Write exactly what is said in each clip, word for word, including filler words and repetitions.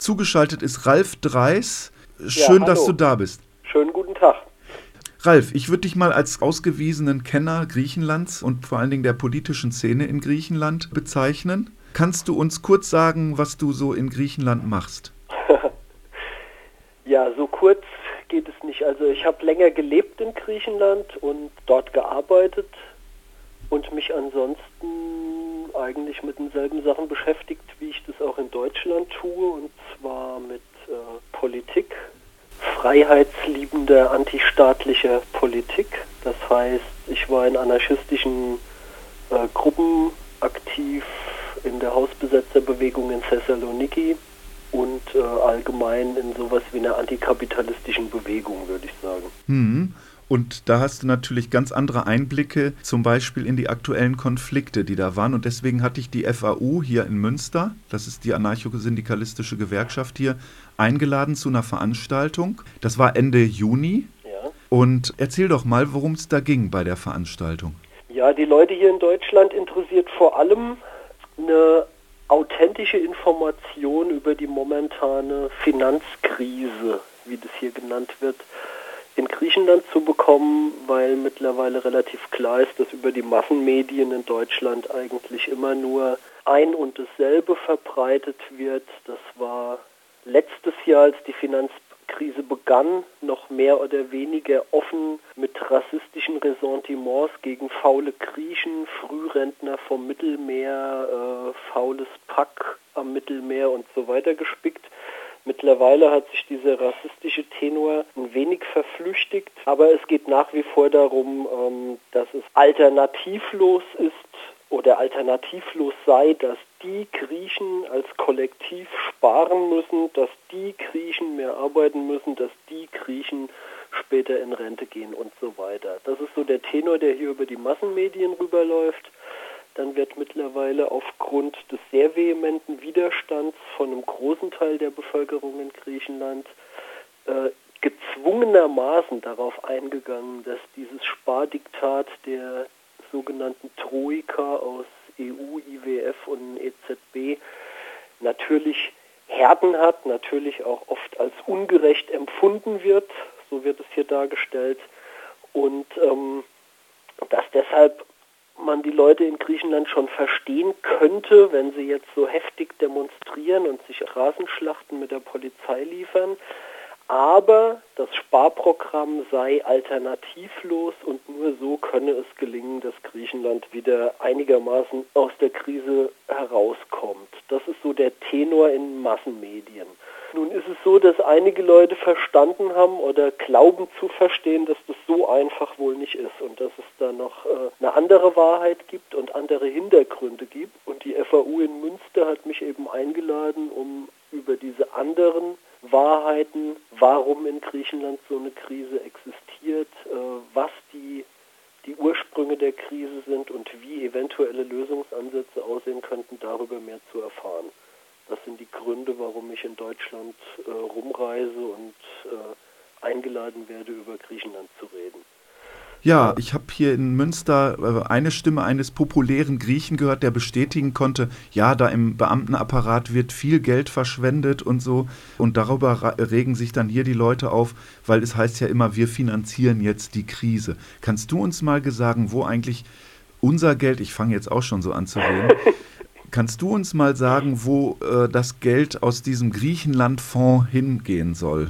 zugeschaltet ist Ralf Dreis. Ja, Schön, dass hallo. du da bist. Schönen guten Tag. Ralf, ich würde dich mal als ausgewiesenen Kenner Griechenlands und vor allen Dingen der politischen Szene in Griechenland bezeichnen. Kannst du uns kurz sagen, was du so in Griechenland machst? Ja, so kurz geht es nicht. Also ich habe länger gelebt in Griechenland und dort gearbeitet und mich ansonsten eigentlich mit denselben Sachen beschäftigt, wie ich das auch in Deutschland tue, und zwar mit äh, Politik, freiheitsliebender, antistaatlicher Politik. Das heißt, ich war in anarchistischen äh, Gruppen aktiv, in der Hausbesetzerbewegung in Thessaloniki und äh, allgemein in sowas wie einer antikapitalistischen Bewegung, würde ich sagen. Hm. Und da hast du natürlich ganz andere Einblicke, zum Beispiel in die aktuellen Konflikte, die da waren. Und deswegen hatte ich die F A U hier in Münster, das ist die anarcho-syndikalistische Gewerkschaft hier, eingeladen zu einer Veranstaltung. Das war Ende Juni. Ja. Und erzähl doch mal, worum es da ging bei der Veranstaltung. Ja, die Leute hier in Deutschland interessiert vor allem eine authentische Information über die momentane Finanzkrise, wie das hier genannt wird, in Griechenland zu bekommen, weil mittlerweile relativ klar ist, dass über die Massenmedien in Deutschland eigentlich immer nur ein und dasselbe verbreitet wird. Das war letztes Jahr, als die Finanzkrise begann, noch mehr oder weniger offen mit rassistischen Ressentiments gegen faule Griechen, Frührentner vom Mittelmeer, äh, faules Pack am Mittelmeer und so weiter gespickt. Mittlerweile hat sich dieser rassistische Tenor ein wenig verflüchtigt, aber es geht nach wie vor darum, ähm, dass es alternativlos ist oder alternativlos sei, dass die Griechen als Kollektiv sparen müssen, dass die Griechen mehr arbeiten müssen, dass die Griechen später in Rente gehen und so weiter. Das ist so der Tenor, der hier über die Massenmedien rüberläuft. Dann wird mittlerweile aufgrund des sehr vehementen Widerstands von einem großen Teil der Bevölkerung in Griechenland äh, gezwungenermaßen darauf eingegangen, dass dieses Spardiktat der sogenannten Troika aus E U, I W F und E Z B natürlich Härten hat, natürlich auch oft als ungerecht empfunden wird, so wird es hier dargestellt, und ähm, dass deshalb man die Leute in Griechenland schon verstehen könnte, wenn sie jetzt so heftig demonstrieren und sich Straßenschlachten mit der Polizei liefern. Aber das Sparprogramm sei alternativlos und nur so könne es gelingen, dass Griechenland wieder einigermaßen aus der Krise herauskommt. Das ist so der Tenor in Massenmedien. Nun ist es so, dass einige Leute verstanden haben oder glauben zu verstehen, dass das so einfach wohl nicht ist und dass es da noch äh, eine andere Wahrheit gibt und andere Hintergründe gibt. Und die F A U in Münster hat mich eben eingeladen, um über diese anderen Wahrheiten, warum in Griechenland so eine Krise existiert, äh, was die, die Ursprünge der Krise sind und wie eventuelle Lösungsansätze aussehen könnten, darüber mehr zu erfahren. Das sind die Gründe, warum ich in Deutschland äh, rumreise und äh, eingeladen werde, über Griechenland zu reden. Ja, ich habe hier in Münster äh, eine Stimme eines populären Griechen gehört, der bestätigen konnte, ja, da im Beamtenapparat wird viel Geld verschwendet und so. Und darüber ra- regen sich dann hier die Leute auf, weil es heißt ja immer, wir finanzieren jetzt die Krise. Kannst du uns mal sagen, wo eigentlich unser Geld, ich fange jetzt auch schon so an zu reden, kannst du uns mal sagen, wo äh, das Geld aus diesem Griechenland-Fonds hingehen soll?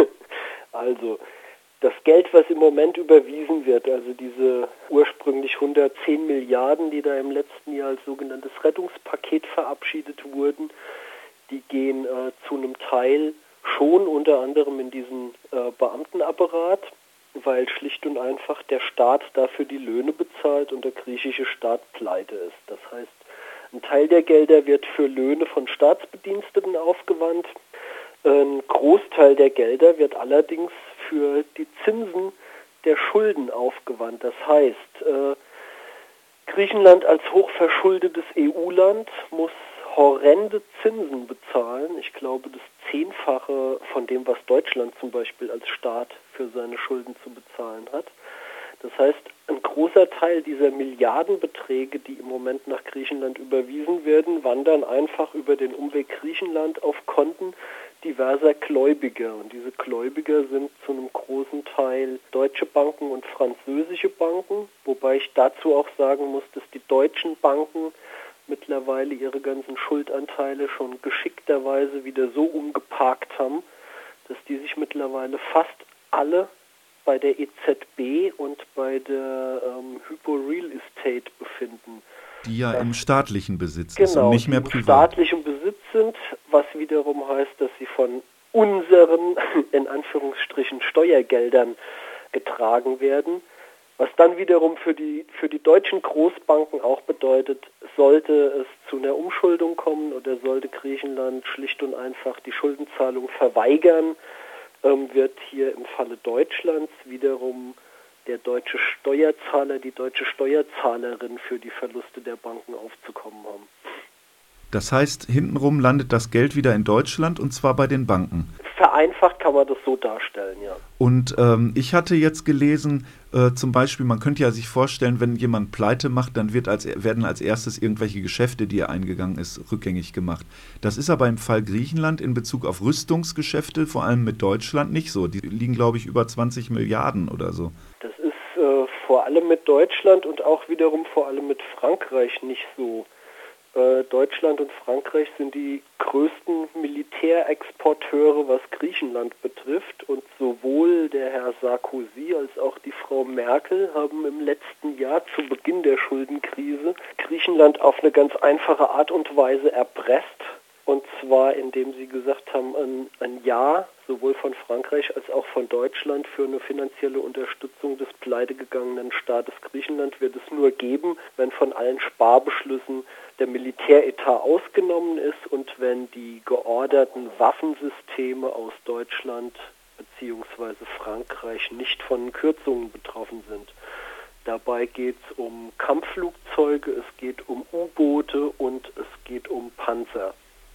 Also, das Geld, was im Moment überwiesen wird, also diese ursprünglich hundertzehn Milliarden, die da im letzten Jahr als sogenanntes Rettungspaket verabschiedet wurden, die gehen äh, zu einem Teil schon unter anderem in diesen äh, Beamtenapparat, weil schlicht und einfach der Staat dafür die Löhne bezahlt und der griechische Staat pleite ist. Das heißt, ein Teil der Gelder wird für Löhne von Staatsbediensteten aufgewandt. Ein Großteil der Gelder wird allerdings für die Zinsen der Schulden aufgewandt. Das heißt, äh, Griechenland als hochverschuldetes E U-Land muss horrende Zinsen bezahlen. Ich glaube, das Zehnfache von dem, was Deutschland zum Beispiel als Staat für seine Schulden zu bezahlen hat. Das heißt, ein großer Teil dieser Milliardenbeträge, die im Moment nach Griechenland überwiesen werden, wandern einfach über den Umweg Griechenland auf Konten diverser Gläubiger. Und diese Gläubiger sind zu einem großen Teil deutsche Banken und französische Banken, wobei ich dazu auch sagen muss, dass die deutschen Banken mittlerweile ihre ganzen Schuldanteile schon geschickterweise wieder so umgeparkt haben, dass die sich mittlerweile fast alle bei der E Z B und bei der ähm, Hypo Real Estate befinden. Die ja das, im staatlichen Besitz genau, ist und nicht mehr die privat. Im staatlichen Besitz sind, was wiederum heißt, dass sie von unseren, in Anführungsstrichen, Steuergeldern getragen werden. Was dann wiederum für die, für die deutschen Großbanken auch bedeutet, sollte es zu einer Umschuldung kommen oder sollte Griechenland schlicht und einfach die Schuldenzahlung verweigern, ähm, wird hier im Falle Deutschlands wiederum der deutsche Steuerzahler, die deutsche Steuerzahlerin für die Verluste der Banken aufzukommen haben. Das heißt, hintenrum landet das Geld wieder in Deutschland und zwar bei den Banken. Vereinfacht kann man das so darstellen, ja. Und ähm, ich hatte jetzt gelesen, äh, zum Beispiel, man könnte ja sich vorstellen, wenn jemand Pleite macht, dann wird als, werden als erstes irgendwelche Geschäfte, die er eingegangen ist, rückgängig gemacht. Das ist aber im Fall Griechenland in Bezug auf Rüstungsgeschäfte, vor allem mit Deutschland, nicht so. Die liegen, glaube ich, über zwanzig Milliarden oder so. Das ist äh, vor allem mit Deutschland und auch wiederum vor allem mit Frankreich nicht so. Deutschland und Frankreich sind die größten Militärexporteure, was Griechenland betrifft. Und sowohl der Herr Sarkozy als auch die Frau Merkel haben im letzten Jahr zu Beginn der Schuldenkrise Griechenland auf eine ganz einfache Art und Weise erpresst. Und zwar indem sie gesagt haben, ein, ein Ja sowohl von Frankreich als auch von Deutschland für eine finanzielle Unterstützung des pleitegegangenen Staates Griechenland wird es nur geben, wenn von allen Sparbeschlüssen der Militäretat ausgenommen ist und wenn die georderten Waffensysteme aus Deutschland bzw. Frankreich nicht von Kürzungen betroffen sind. Dabei geht es um Kampfflugzeuge, es geht um U-Boote und es geht um Panzer.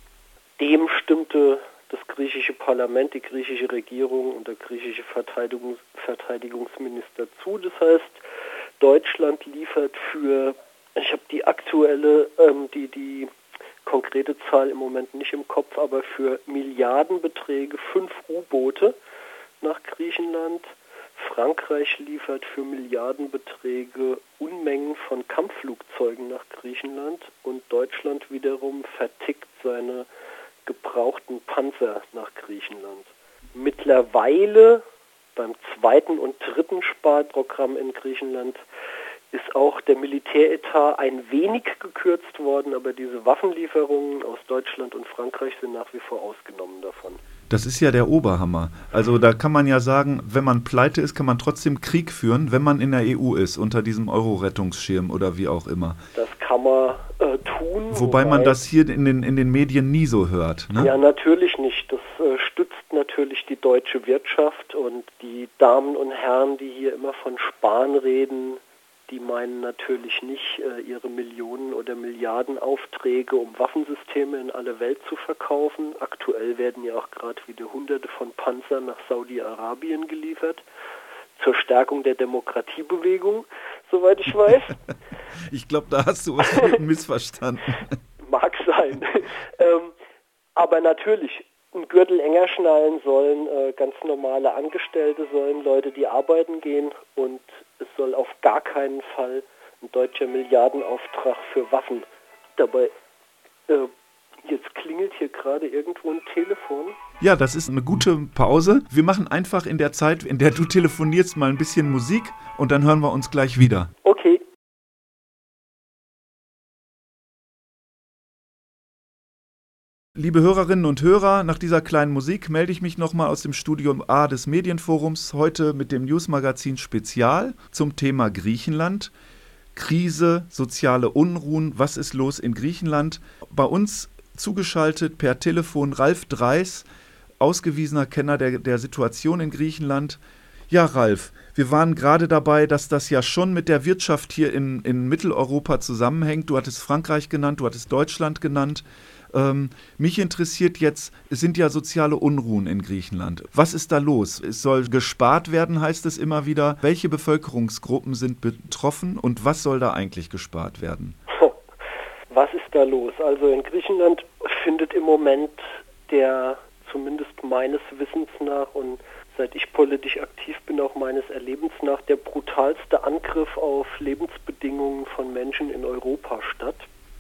Dem stimmte das griechische Parlament, die griechische Regierung und der griechische Verteidigungs- Verteidigungsminister zu. Das heißt, Deutschland liefert für, ich habe die aktuelle, ähm, die, die konkrete Zahl im Moment nicht im Kopf, aber für Milliardenbeträge fünf U-Boote nach Griechenland. Frankreich liefert für Milliardenbeträge Unmengen von Kampfflugzeugen nach Griechenland und Deutschland wiederum vertickt seine gebrauchten Panzer nach Griechenland. Mittlerweile beim zweiten und dritten Sparprogramm in Griechenland ist auch der Militäretat ein wenig gekürzt worden, aber diese Waffenlieferungen aus Deutschland und Frankreich sind nach wie vor ausgenommen davon. Das ist ja der Oberhammer. Also da kann man ja sagen, wenn man pleite ist, kann man trotzdem Krieg führen, wenn man in der E U ist, unter diesem Euro-Rettungsschirm oder wie auch immer. Das kann man äh, tun. Wobei, wobei man das hier in den, in den Medien nie so hört. Ne? Ja, natürlich nicht. Das äh, stützt natürlich die deutsche Wirtschaft und die Damen und Herren, die hier immer von Sparen reden, die meinen natürlich nicht, äh, ihre Millionen- oder Milliardenaufträge, um Waffensysteme in alle Welt zu verkaufen. Aktuell werden ja auch gerade wieder Hunderte von Panzern nach Saudi-Arabien geliefert, zur Stärkung der Demokratiebewegung, soweit ich weiß. Ich glaube, da hast du was missverstanden. Mag sein. ähm, aber natürlich, ein Gürtel enger schnallen sollen äh, ganz normale Angestellte, sollen Leute, die arbeiten gehen, und es soll auf gar keinen Fall ein deutscher Milliardenauftrag für Waffen dabei. Äh, jetzt klingelt hier gerade irgendwo ein Telefon. Ja, das ist eine gute Pause. Wir machen einfach in der Zeit, in der du telefonierst, mal ein bisschen Musik und dann hören wir uns gleich wieder. Okay. Liebe Hörerinnen und Hörer, nach dieser kleinen Musik melde ich mich nochmal aus dem Studio A des Medienforums, heute mit dem Newsmagazin Spezial zum Thema Griechenland. Krise, soziale Unruhen, was ist los in Griechenland? Bei uns zugeschaltet per Telefon Ralf Dreis, ausgewiesener Kenner der, der Situation in Griechenland. Ja, Ralf, wir waren gerade dabei, dass das ja schon mit der Wirtschaft hier in, in Mitteleuropa zusammenhängt. Du hattest Frankreich genannt, du hattest Deutschland genannt. Ähm, mich interessiert jetzt, es sind ja soziale Unruhen in Griechenland. Was ist da los? Es soll gespart werden, heißt es immer wieder. Welche Bevölkerungsgruppen sind betroffen und was soll da eigentlich gespart werden? Was ist da los? Also in Griechenland findet im Moment der, zumindest meines Wissens nach und seit ich politisch aktiv bin, auch meines Erlebens nach, der brutalste Angriff auf Lebensbedingungen von Menschen in Europa statt.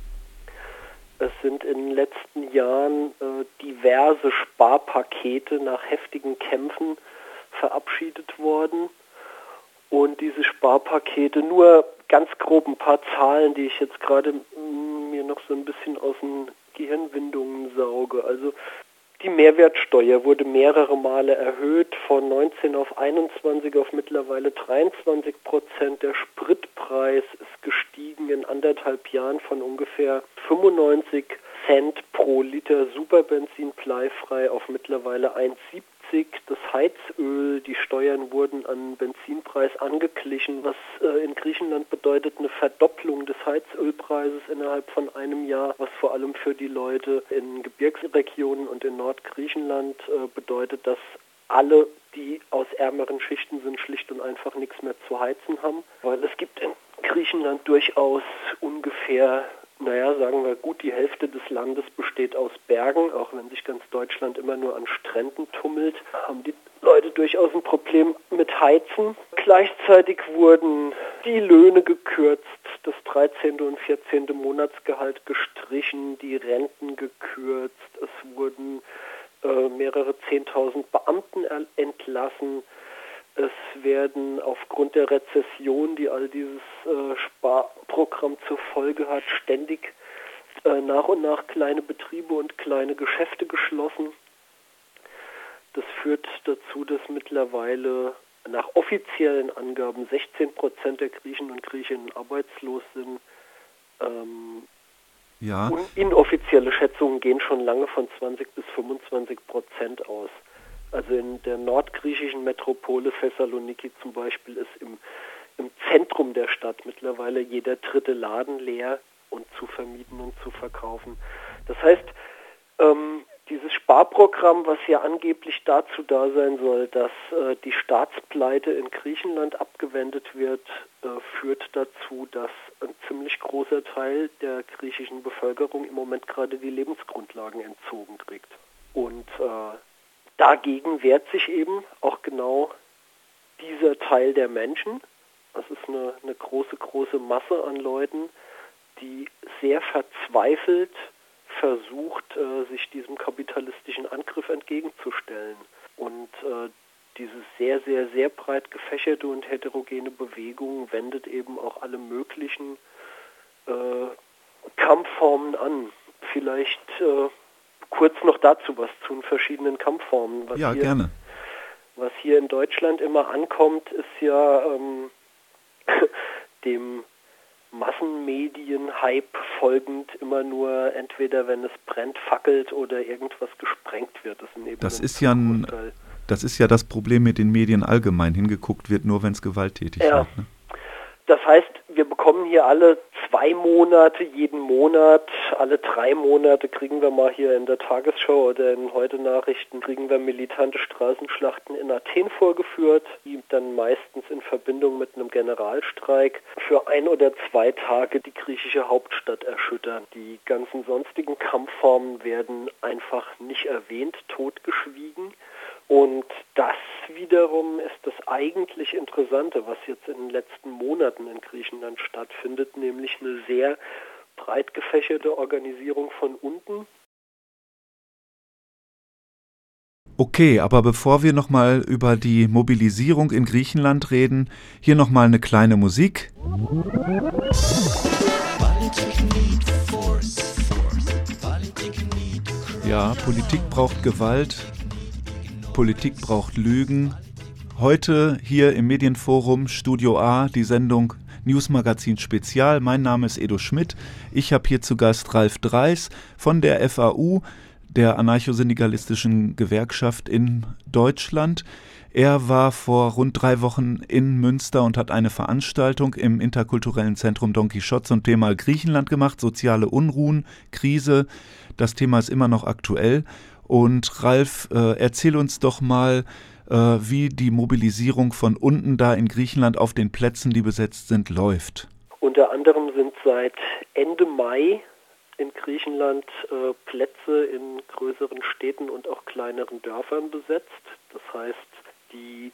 Es sind in den letzten Jahren äh, diverse Sparpakete nach heftigen Kämpfen verabschiedet worden. Und diese Sparpakete, nur ganz grob ein paar Zahlen, die ich jetzt gerade mir noch so ein bisschen aus den Gehirnwindungen sauge. Also die Mehrwertsteuer wurde mehrere Male erhöht, von neunzehn auf einundzwanzig auf mittlerweile dreiundzwanzig Prozent. Der Spritpreis ist gestiegen in anderthalb Jahren von ungefähr fünfundneunzig Cent pro Liter Superbenzin bleifrei auf mittlerweile eins Komma siebzig. Das Heizöl, die Steuern wurden an den Benzinpreis angeglichen, was äh, in Griechenland bedeutet eine Verdopplung des Heizölpreises innerhalb von einem Jahr, was vor allem für die Leute in Gebirgsregionen und in Nordgriechenland äh, bedeutet, dass alle, die aus ärmeren Schichten sind, schlicht und einfach nichts mehr zu heizen haben, weil es gibt in Griechenland durchaus ungefähr, naja, sagen wir gut, die Hälfte des Landes besteht aus Bergen, auch wenn sich ganz Deutschland immer nur an Stränden tummelt, haben die Leute durchaus ein Problem mit Heizen. Gleichzeitig wurden die Löhne gekürzt, das dreizehnte und vierzehnte Monatsgehalt gestrichen, die Renten gekürzt, es wurden äh, mehrere zehntausend Beamten entlassen. Es werden aufgrund der Rezession, die all dieses äh, Sparprogramm zur Folge hat, ständig äh, nach und nach kleine Betriebe und kleine Geschäfte geschlossen. Das führt dazu, dass mittlerweile nach offiziellen Angaben sechzehn Prozent der Griechen und Griechinnen arbeitslos sind. Ähm, ja. Und inoffizielle Schätzungen gehen schon lange von zwanzig bis fünfundzwanzig Prozent aus. Also in der nordgriechischen Metropole Thessaloniki zum Beispiel ist im, im Zentrum der Stadt mittlerweile jeder dritte Laden leer und zu vermieten und zu verkaufen. Das heißt, ähm, dieses Sparprogramm, was ja angeblich dazu da sein soll, dass äh, die Staatspleite in Griechenland abgewendet wird, äh, führt dazu, dass ein ziemlich großer Teil der griechischen Bevölkerung im Moment gerade die Lebensgrundlagen entzogen kriegt. Und äh, Dagegen wehrt sich eben auch genau dieser Teil der Menschen. Das ist eine, eine große, große Masse an Leuten, die sehr verzweifelt versucht, äh, sich diesem kapitalistischen Angriff entgegenzustellen. Und äh, diese sehr, sehr, sehr breit gefächerte und heterogene Bewegung wendet eben auch alle möglichen äh, Kampfformen an. Vielleicht äh, kurz noch dazu was zu den verschiedenen Kampfformen. Was ja, hier, gerne. Was hier in Deutschland immer ankommt, ist ja ähm, dem Massenmedien-Hype folgend immer nur entweder, wenn es brennt, fackelt oder irgendwas gesprengt wird. Das, sind eben das ist ja ein, das ist ja das Problem mit den Medien allgemein. Hingeguckt wird nur, wenn es gewalttätig ja. wird. Ne? Das heißt, wir bekommen hier alle zwei Monate, jeden Monat, alle drei Monate kriegen wir mal hier in der Tagesschau oder in Heute-Nachrichten, kriegen wir militante Straßenschlachten in Athen vorgeführt, die dann meistens in Verbindung mit einem Generalstreik für ein oder zwei Tage die griechische Hauptstadt erschüttern. Die ganzen sonstigen Kampfformen werden einfach nicht erwähnt, totgeschwiegen. Und das wiederum ist das eigentlich Interessante, was jetzt in den letzten Monaten in Griechenland stattfindet, nämlich eine sehr breit gefächerte Organisierung von unten. Okay, aber bevor wir nochmal über die Mobilisierung in Griechenland reden, hier nochmal eine kleine Musik. Ja, Politik braucht Gewalt. Politik braucht Lügen. Heute hier im Medienforum Studio A die Sendung Newsmagazin Spezial. Mein Name ist Edo Schmidt. Ich habe hier zu Gast Ralf Dreis von der F A U. der anarcho-syndikalistischen Gewerkschaft in Deutschland. Er war vor rund drei Wochen in Münster und hat eine Veranstaltung im interkulturellen Zentrum Don Quixote zum Thema Griechenland gemacht, soziale Unruhen, Krise. Das Thema ist immer noch aktuell. Und Ralf, äh, erzähl uns doch mal, äh, wie die Mobilisierung von unten da in Griechenland auf den Plätzen, die besetzt sind, läuft. Unter anderem sind seit Ende Mai in Griechenland äh, Plätze in größeren Städten und auch kleineren Dörfern besetzt. Das heißt, die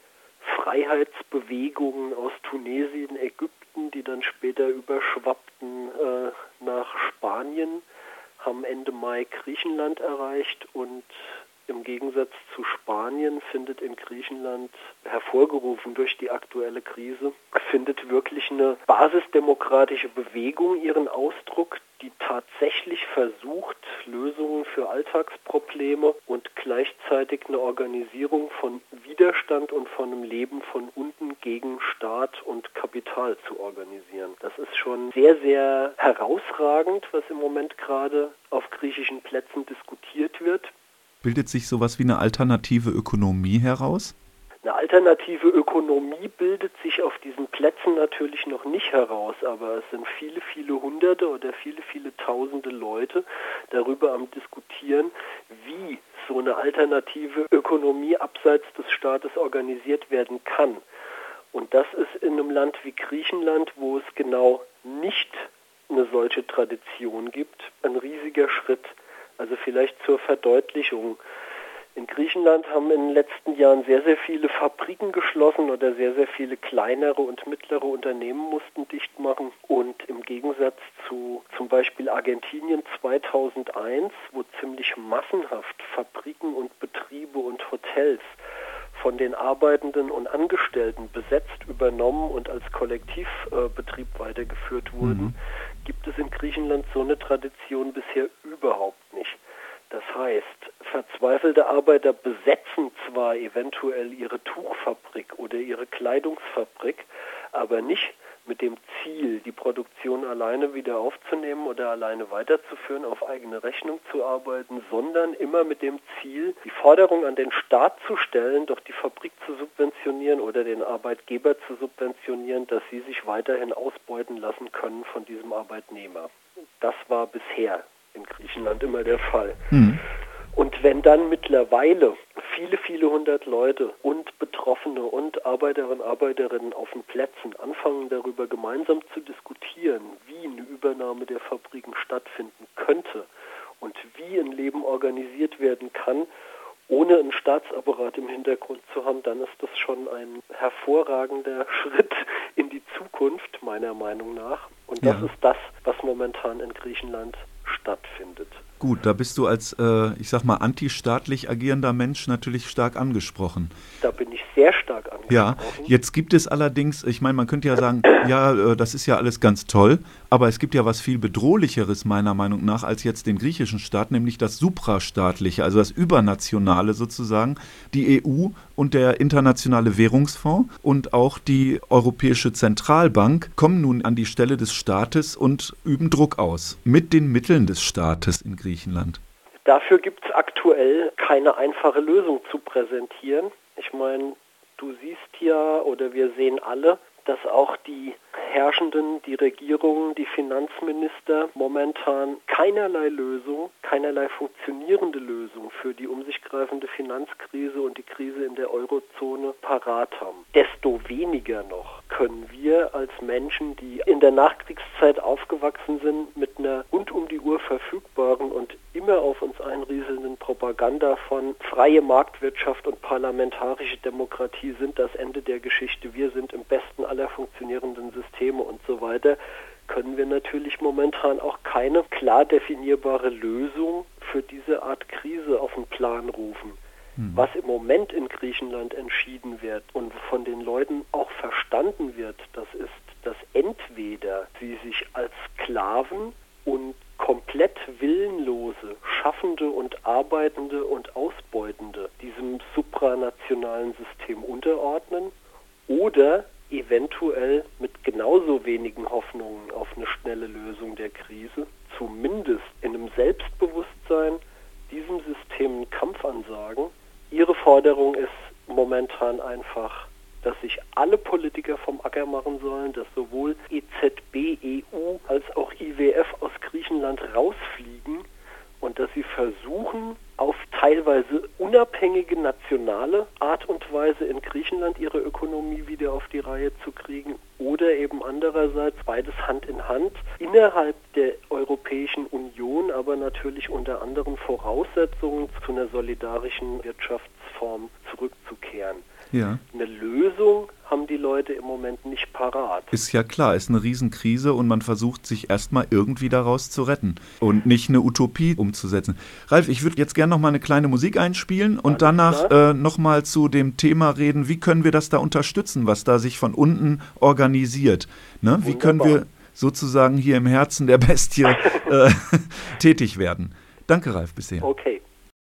Freiheitsbewegungen aus Tunesien, Ägypten, die dann später überschwappten äh, nach Spanien, haben Ende Mai Griechenland erreicht und im Gegensatz zu Spanien findet in Griechenland, hervorgerufen durch die aktuelle Krise, findet wirklich eine basisdemokratische Bewegung ihren Ausdruck, die tatsächlich versucht, Lösungen für Alltagsprobleme und gleichzeitig eine Organisierung von Widerstand und von einem Leben von unten gegen Staat und Kapital zu organisieren. Das ist schon sehr, sehr herausragend, was im Moment gerade auf griechischen Plätzen diskutiert wird. Bildet sich sowas wie eine alternative Ökonomie heraus? Eine alternative Ökonomie bildet sich auf diesen Plätzen natürlich noch nicht heraus, aber es sind viele, viele Hunderte oder viele, viele Tausende Leute darüber am Diskutieren, wie so eine alternative Ökonomie abseits des Staates organisiert werden kann. Und das ist in einem Land wie Griechenland, wo es genau nicht eine solche Tradition gibt, ein riesiger Schritt. Also vielleicht zur Verdeutlichung. In Griechenland haben in den letzten Jahren sehr, sehr viele Fabriken geschlossen oder sehr, sehr viele kleinere und mittlere Unternehmen mussten dicht machen. Und im Gegensatz zu zum Beispiel Argentinien zweitausendeins, wo ziemlich massenhaft Fabriken und Betriebe und Hotels von den Arbeitenden und Angestellten besetzt, übernommen und als Kollektivbetrieb äh, weitergeführt wurden, mhm. gibt es in Griechenland so eine Tradition bisher überhaupt nicht. Das heißt, verzweifelte Arbeiter besetzen zwar eventuell ihre Tuchfabrik oder ihre Kleidungsfabrik, aber nicht mit dem Ziel, die Produktion alleine wieder aufzunehmen oder alleine weiterzuführen, auf eigene Rechnung zu arbeiten, sondern immer mit dem Ziel, die Forderung an den Staat zu stellen, doch die Fabrik zu subventionieren oder den Arbeitgeber zu subventionieren, dass sie sich weiterhin ausbeuten lassen können von diesem Arbeitnehmer. Das war bisher in Griechenland immer der Fall. Mhm. Und wenn dann mittlerweile viele, viele hundert Leute und Betroffene und Arbeiterinnen und Arbeiterinnen auf den Plätzen anfangen, darüber gemeinsam zu diskutieren, wie eine Übernahme der Fabriken stattfinden könnte und wie ein Leben organisiert werden kann, ohne einen Staatsapparat im Hintergrund zu haben, dann ist das schon ein hervorragender Schritt in die Zukunft, meiner Meinung nach. Und das ja. ist das, was momentan in Griechenland stattfindet. Gut, da bist du als, äh, ich sag mal, antistaatlich agierender Mensch natürlich stark angesprochen. Da bin ich sehr stark angesprochen. Ja, jetzt gibt es allerdings, ich meine, man könnte ja sagen, ja, äh, das ist ja alles ganz toll, aber es gibt ja was viel Bedrohlicheres meiner Meinung nach als jetzt den griechischen Staat, nämlich das Suprastaatliche, also das Übernationale sozusagen, die E U und der Internationale Währungsfonds und auch die Europäische Zentralbank kommen nun an die Stelle des Staates und üben Druck aus mit den Mitteln des Staates in Griechenland. Dafür gibt es aktuell keine einfache Lösung zu präsentieren. Ich meine, du siehst ja oder wir sehen alle, dass auch die Herrschenden, die Regierungen, die Finanzminister momentan keinerlei Lösung, keinerlei funktionierende Lösung für die um sich greifende Finanzkrise und die Krise in der Eurozone parat haben. Desto weniger noch können wir als Menschen, die in der Nachkriegszeit aufgewachsen sind, mit einer rund um die Uhr verfügbaren und immer auf uns einrieselnden Propaganda von freie Marktwirtschaft und parlamentarische Demokratie sind das Ende der Geschichte, wir sind im besten aller funktionierenden Systeme und so weiter, können wir natürlich momentan auch keine klar definierbare Lösung für diese Art Krise auf den Plan rufen. Mhm. Was im Moment in Griechenland entschieden wird und von den Leuten auch verstanden wird, das ist, dass entweder sie sich als Sklaven und komplett willenlose, Schaffende und Arbeitende und Ausbeutende diesem supranationalen System unterordnen oder eventuell mit genauso wenigen Hoffnungen auf eine schnelle Lösung der Krise, zumindest in einem Selbstbewusstsein, diesem System einen Kampf ansagen. Ihre Forderung ist momentan einfach, dass sich alle Politiker vom Acker machen sollen, dass sowohl E Z B, E U als auch I W F aus Griechenland rausfliegen und dass sie versuchen, auf teilweise unabhängige nationale Art und Weise in Griechenland ihre Ökonomie wieder auf die Reihe zu kriegen oder eben andererseits beides Hand in Hand innerhalb der Europäischen Union, aber natürlich unter anderen Voraussetzungen zu einer solidarischen Wirtschaftsform zurückzukehren. Ja. Eine Lösung haben die Leute im Moment nicht parat. Ist ja klar, ist eine Riesenkrise und man versucht sich erstmal irgendwie daraus zu retten und nicht eine Utopie umzusetzen. Ralf, ich würde jetzt gerne noch mal eine kleine Musik einspielen und Alles danach äh, noch mal zu dem Thema reden, wie können wir das da unterstützen, was da sich von unten organisiert. Ne? Wie können wir sozusagen hier im Herzen der Bestie äh, tätig werden. Danke, Ralf, bisher. Okay.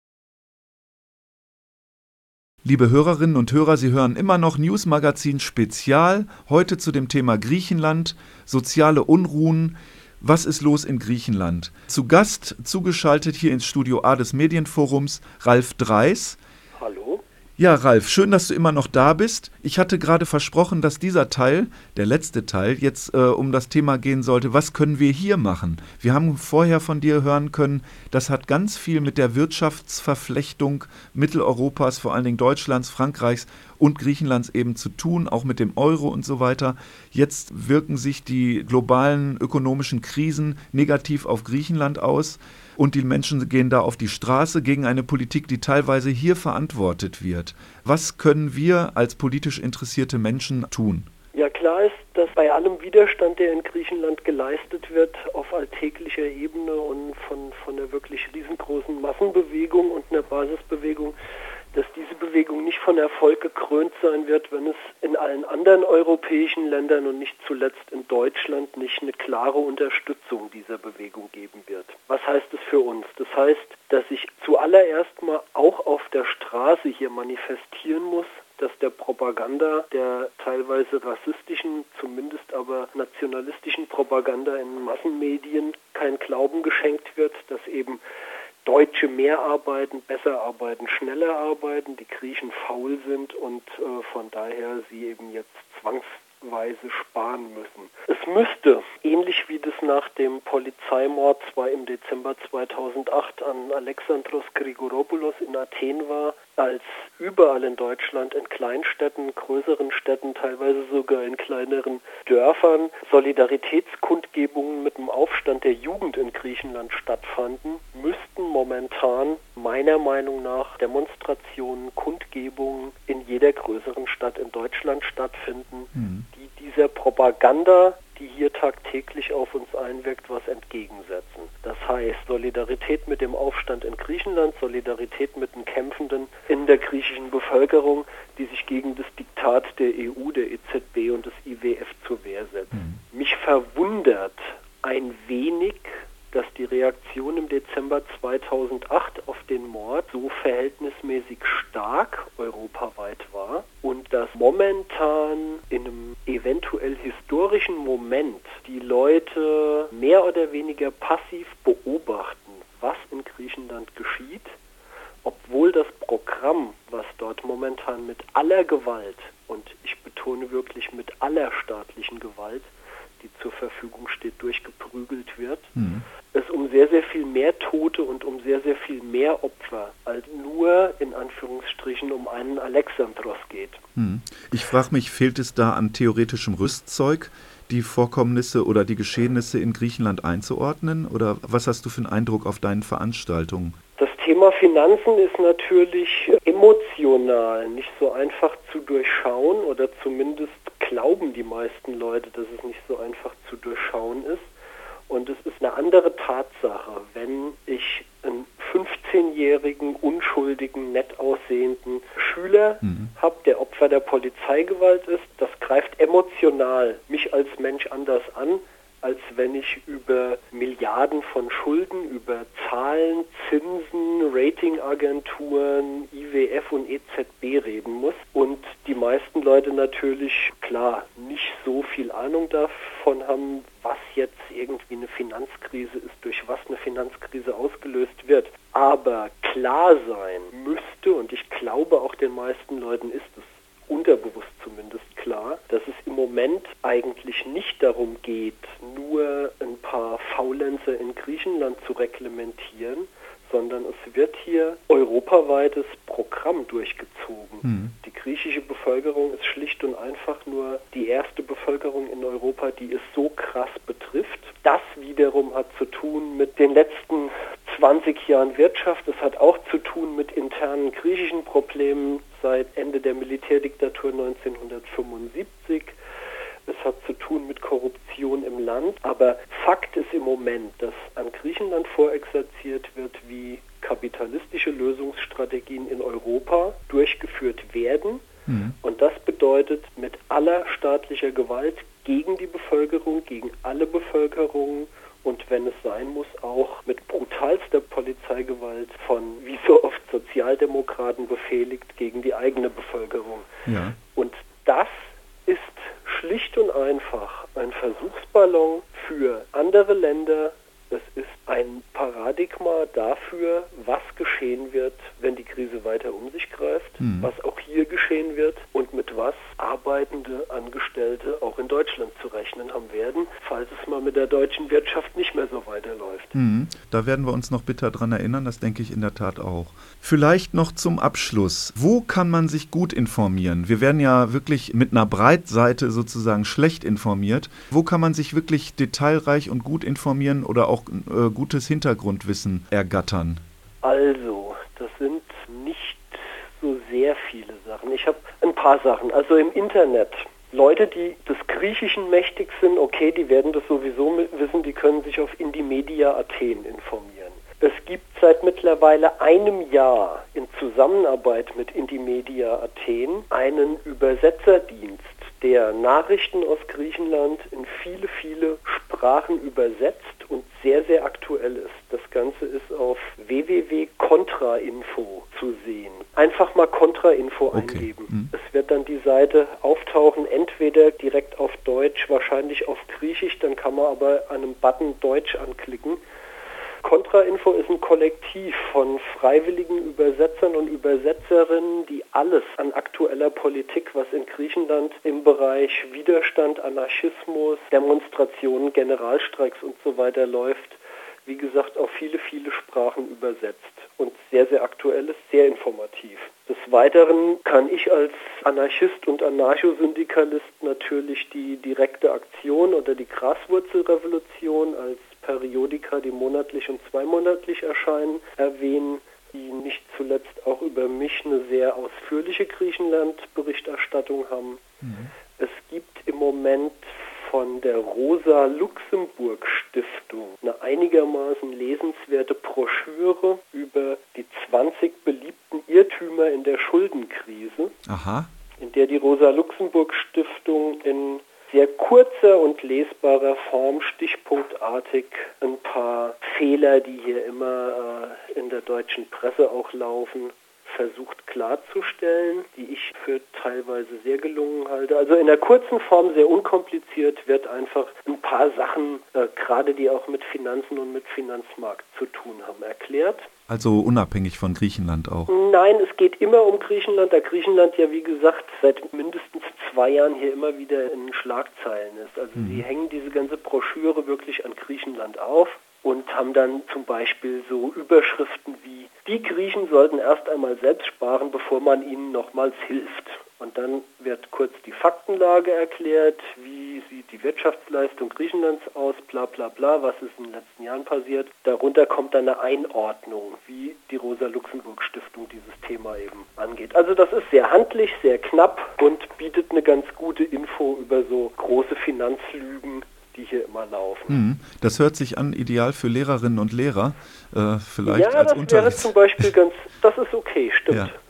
Liebe Hörerinnen und Hörer, Sie hören immer noch Newsmagazin Spezial, heute zu dem Thema Griechenland, soziale Unruhen. Was ist los in Griechenland? Zu Gast, zugeschaltet hier ins Studio A des Medienforums, Ralf Dreis. Hallo. Ja, Ralf, schön, dass du immer noch da bist. Ich hatte gerade versprochen, dass dieser Teil, der letzte Teil, jetzt äh, um das Thema gehen sollte, was können wir hier machen? Wir haben vorher von dir hören können, das hat ganz viel mit der Wirtschaftsverflechtung Mitteleuropas, vor allen Dingen Deutschlands, Frankreichs und Griechenlands eben zu tun, auch mit dem Euro und so weiter. Jetzt wirken sich die globalen ökonomischen Krisen negativ auf Griechenland aus. Und die Menschen gehen da auf die Straße gegen eine Politik, die teilweise hier verantwortet wird. Was können wir als politisch interessierte Menschen tun? Ja, klar ist, dass bei allem Widerstand, der in Griechenland geleistet wird, auf alltäglicher Ebene und von, von einer wirklich riesengroßen Massenbewegung und einer Basisbewegung, dass diese Bewegung nicht von Erfolg gekrönt sein wird, wenn es in allen anderen europäischen Ländern und nicht zuletzt in Deutschland nicht eine klare Unterstützung dieser Bewegung geben wird. Was heißt es für uns? Das heißt, dass ich zuallererst mal auch auf der Straße hier manifestieren muss, dass der Propaganda, der teilweise rassistischen, zumindest aber nationalistischen Propaganda in Massenmedien kein Glauben geschenkt wird, dass eben Deutsche mehr arbeiten, besser arbeiten, schneller arbeiten, die Griechen faul sind und äh, von daher sie eben jetzt zwangsweise sparen müssen. Es müsste, ähnlich wie das nach dem Polizeimord zwar im Dezember zweitausendacht an Alexandros Grigoropoulos in Athen war, als überall in Deutschland, in Kleinstädten, größeren Städten, teilweise sogar in kleineren Dörfern, Solidaritätskundgebungen mit dem Aufstand der Jugend in Griechenland stattfanden, müssten momentan meiner Meinung nach Demonstrationen, Kundgebungen in jeder größeren Stadt in Deutschland stattfinden, mhm. die dieser Propaganda, die hier tagtäglich auf uns einwirkt, was entgegensetzen. Das heißt, Solidarität mit dem Aufstand in Griechenland, Solidarität mit den Kämpfenden in der griechischen Bevölkerung, die sich gegen das Diktat der E U, der E Z B und des I W F zur Wehr setzen. Mhm. Mich verwundert ein wenig, dass die Reaktion im Dezember zweitausendacht auf den Mord so verhältnismäßig stark europaweit war und dass momentan in einem eventuell historischen Moment die Leute mehr oder weniger passiv beobachten, was in Griechenland geschieht, obwohl das Programm, was dort momentan mit aller Gewalt, und ich betone wirklich mit aller staatlichen Gewalt, die zur Verfügung steht, durchgeprügelt wird, mhm. es um sehr, sehr viel mehr Tote und um sehr, sehr viel mehr Opfer als nur, in Anführungsstrichen, um einen Alexandros geht. Mhm. Ich frage mich, fehlt es da an theoretischem Rüstzeug, die Vorkommnisse oder die Geschehnisse in Griechenland einzuordnen? Oder was hast du für einen Eindruck auf deinen Veranstaltungen? Das Thema Finanzen ist natürlich emotional nicht so einfach zu durchschauen oder zumindest glauben die meisten Leute, dass es nicht so einfach zu durchschauen ist. Und es ist eine andere Tatsache, wenn ich einen fünfzehnjährigen, unschuldigen, nett aussehenden Schüler mhm. habe, der Opfer der Polizeigewalt ist. Das greift emotional mich als Mensch anders an, als wenn ich über Milliarden von Schulden, über Zahlen, Zinsen, Ratingagenturen, I W F und E Z B reden muss. Und die meisten Leute natürlich, klar, nicht so viel Ahnung davon haben, was jetzt irgendwie eine Finanzkrise ist, durch was eine Finanzkrise ausgelöst wird. Aber klar sein müsste, und ich glaube auch den meisten Leuten ist es unterbewusst zumindest klar, dass es im Moment eigentlich nicht darum geht, nur ein paar Faulenzer in Griechenland zu reglementieren, sondern es wird hier europaweites Programm durchgezogen. Mhm. Die griechische Bevölkerung ist schlicht und einfach nur die erste Bevölkerung in Europa, die es so krass betrifft. Das wiederum hat zu tun mit den letzten zwanzig Jahren Wirtschaft. Es hat auch zu tun mit internen griechischen Problemen seit Ende der Militärdiktatur neunzehnhundertfünfundsiebzig. Es hat zu tun mit Korruption im Land. Aber Fakt ist im Moment, dass an Griechenland vorexerziert wird, wie kapitalistische Lösungsstrategien in Europa durchgeführt werden. Mhm. Und das bedeutet mit aller staatlicher Gewalt gegen die Bevölkerung, gegen alle Bevölkerungen und wenn es sein muss, auch mit brutalster Polizeigewalt von, wie so oft, Sozialdemokraten befehligt gegen die eigene Bevölkerung. Ja. Und das ist schlicht und einfach ein Versuchsballon für andere Länder. Es ist ein Paradigma dafür, was geschehen wird, wenn die Krise weiter um sich greift, mhm. was auch hier geschehen wird und mit was arbeitende Angestellte auch in Deutschland zu rechnen haben werden, falls es mal mit der deutschen Wirtschaft nicht mehr so weiterläuft. Mhm. Da werden wir uns noch bitter dran erinnern, das denke ich in der Tat auch. Vielleicht noch zum Abschluss. Wo kann man sich gut informieren? Wir werden ja wirklich mit einer Breitseite sozusagen schlecht informiert. Wo kann man sich wirklich detailreich und gut informieren oder auch äh, gutes Hintergrundwissen ergattern? Also, das sind nicht so sehr viele Sachen. Ich habe ein paar Sachen. Also im Internet. Leute, die des Griechischen mächtig sind, okay, die werden das sowieso wissen, die können sich auf Indymedia Athen informieren. Es gibt seit mittlerweile einem Jahr in Zusammenarbeit mit Indymedia Athen einen Übersetzerdienst, der Nachrichten aus Griechenland in viele, viele Sprachen übersetzt und sehr, sehr aktuell ist. Das Ganze ist auf w w w punkt kontrainfo zu sehen. Einfach mal Kontrainfo okay. eingeben. Hm. Es wird dann die Seite auftauchen, entweder direkt auf Deutsch, wahrscheinlich auf Griechisch, dann kann man aber an einem Button Deutsch anklicken. Kontrainfo ist ein Kollektiv von freiwilligen Übersetzern und Übersetzerinnen, die alles an aktueller Politik, was in Griechenland im Bereich Widerstand, Anarchismus, Demonstrationen, Generalstreiks und so weiter läuft, wie gesagt, auf viele, viele Sprachen übersetzt und sehr, sehr aktuell ist, sehr informativ. Des Weiteren kann ich als Anarchist und Anarchosyndikalist natürlich die direkte Aktion oder die Graswurzelrevolution als Periodika, die monatlich und zweimonatlich erscheinen, erwähnen, die nicht zuletzt auch über mich eine sehr ausführliche Griechenland-Berichterstattung haben. Mhm. Es gibt im Moment von der Rosa-Luxemburg-Stiftung eine einigermaßen lesenswerte Broschüre über die zwanzig beliebten Irrtümer in der Schuldenkrise, Aha. in der die Rosa-Luxemburg-Stiftung in sehr kurzer und lesbarer Form, stichpunktartig, ein paar Fehler, die hier immer äh, in der deutschen Presse auch laufen, versucht klarzustellen, die ich für teilweise sehr gelungen halte. Also in der kurzen Form, sehr unkompliziert, wird einfach ein paar Sachen, äh, gerade die auch mit Finanzen und mit Finanzmarkt zu tun haben, erklärt. Also unabhängig von Griechenland auch? Nein, es geht immer um Griechenland, da Griechenland ja wie gesagt seit mindestens zwei Jahren hier immer wieder in Schlagzeilen ist. Also mhm. sie hängen diese ganze Broschüre wirklich an Griechenland auf und haben dann zum Beispiel so Überschriften wie: Die Griechen sollten erst einmal selbst sparen, bevor man ihnen nochmals hilft. Und dann wird kurz die Faktenlage erklärt, wie sieht die Wirtschaftsleistung Griechenlands aus, bla bla bla, was ist in den letzten Jahren passiert. Darunter kommt dann eine Einordnung, wie die Rosa-Luxemburg-Stiftung dieses Thema eben angeht. Also das ist sehr handlich, sehr knapp und bietet eine ganz gute Info über so große Finanzlügen, die hier immer laufen. Das hört sich an, ideal für Lehrerinnen und Lehrer, äh, vielleicht ja, als das wäre zum Beispiel ganz, das ist okay, stimmt. Ja.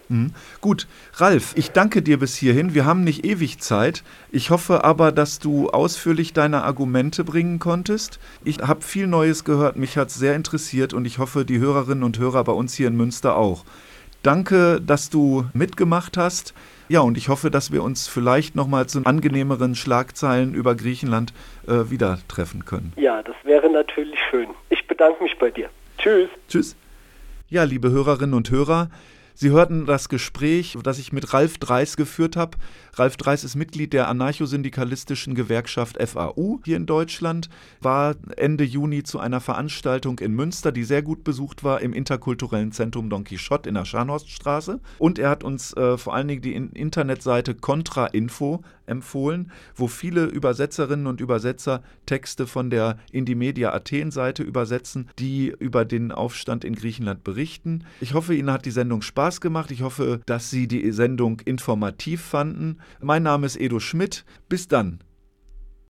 Mhm. Gut, Ralf, ich danke dir bis hierhin. Wir haben nicht ewig Zeit. Ich hoffe aber, dass du ausführlich deine Argumente bringen konntest. Ich habe viel Neues gehört, mich hat es sehr interessiert und ich hoffe, die Hörerinnen und Hörer bei uns hier in Münster auch. Danke, dass du mitgemacht hast. Ja, und ich hoffe, dass wir uns vielleicht nochmal zu angenehmeren Schlagzeilen über Griechenland äh, wieder treffen können. Ja, das wäre natürlich schön. Ich bedanke mich bei dir. Tschüss. Tschüss. Ja, liebe Hörerinnen und Hörer, Sie hörten das Gespräch, das ich mit Ralf Dreis geführt habe. Ralf Dreis ist Mitglied der anarchosyndikalistischen Gewerkschaft F A U hier in Deutschland, war Ende Juni zu einer Veranstaltung in Münster, die sehr gut besucht war, im interkulturellen Zentrum Don Quixote in der Scharnhorststraße. Und er hat uns äh, vor allen Dingen die Internetseite Contra-Info empfohlen, wo viele Übersetzerinnen und Übersetzer Texte von der Indymedia Athen-Seite übersetzen, die über den Aufstand in Griechenland berichten. Ich hoffe, Ihnen hat die Sendung Spaß gemacht. Ich hoffe, dass Sie die Sendung informativ fanden. Mein Name ist Edo Schmidt. Bis dann.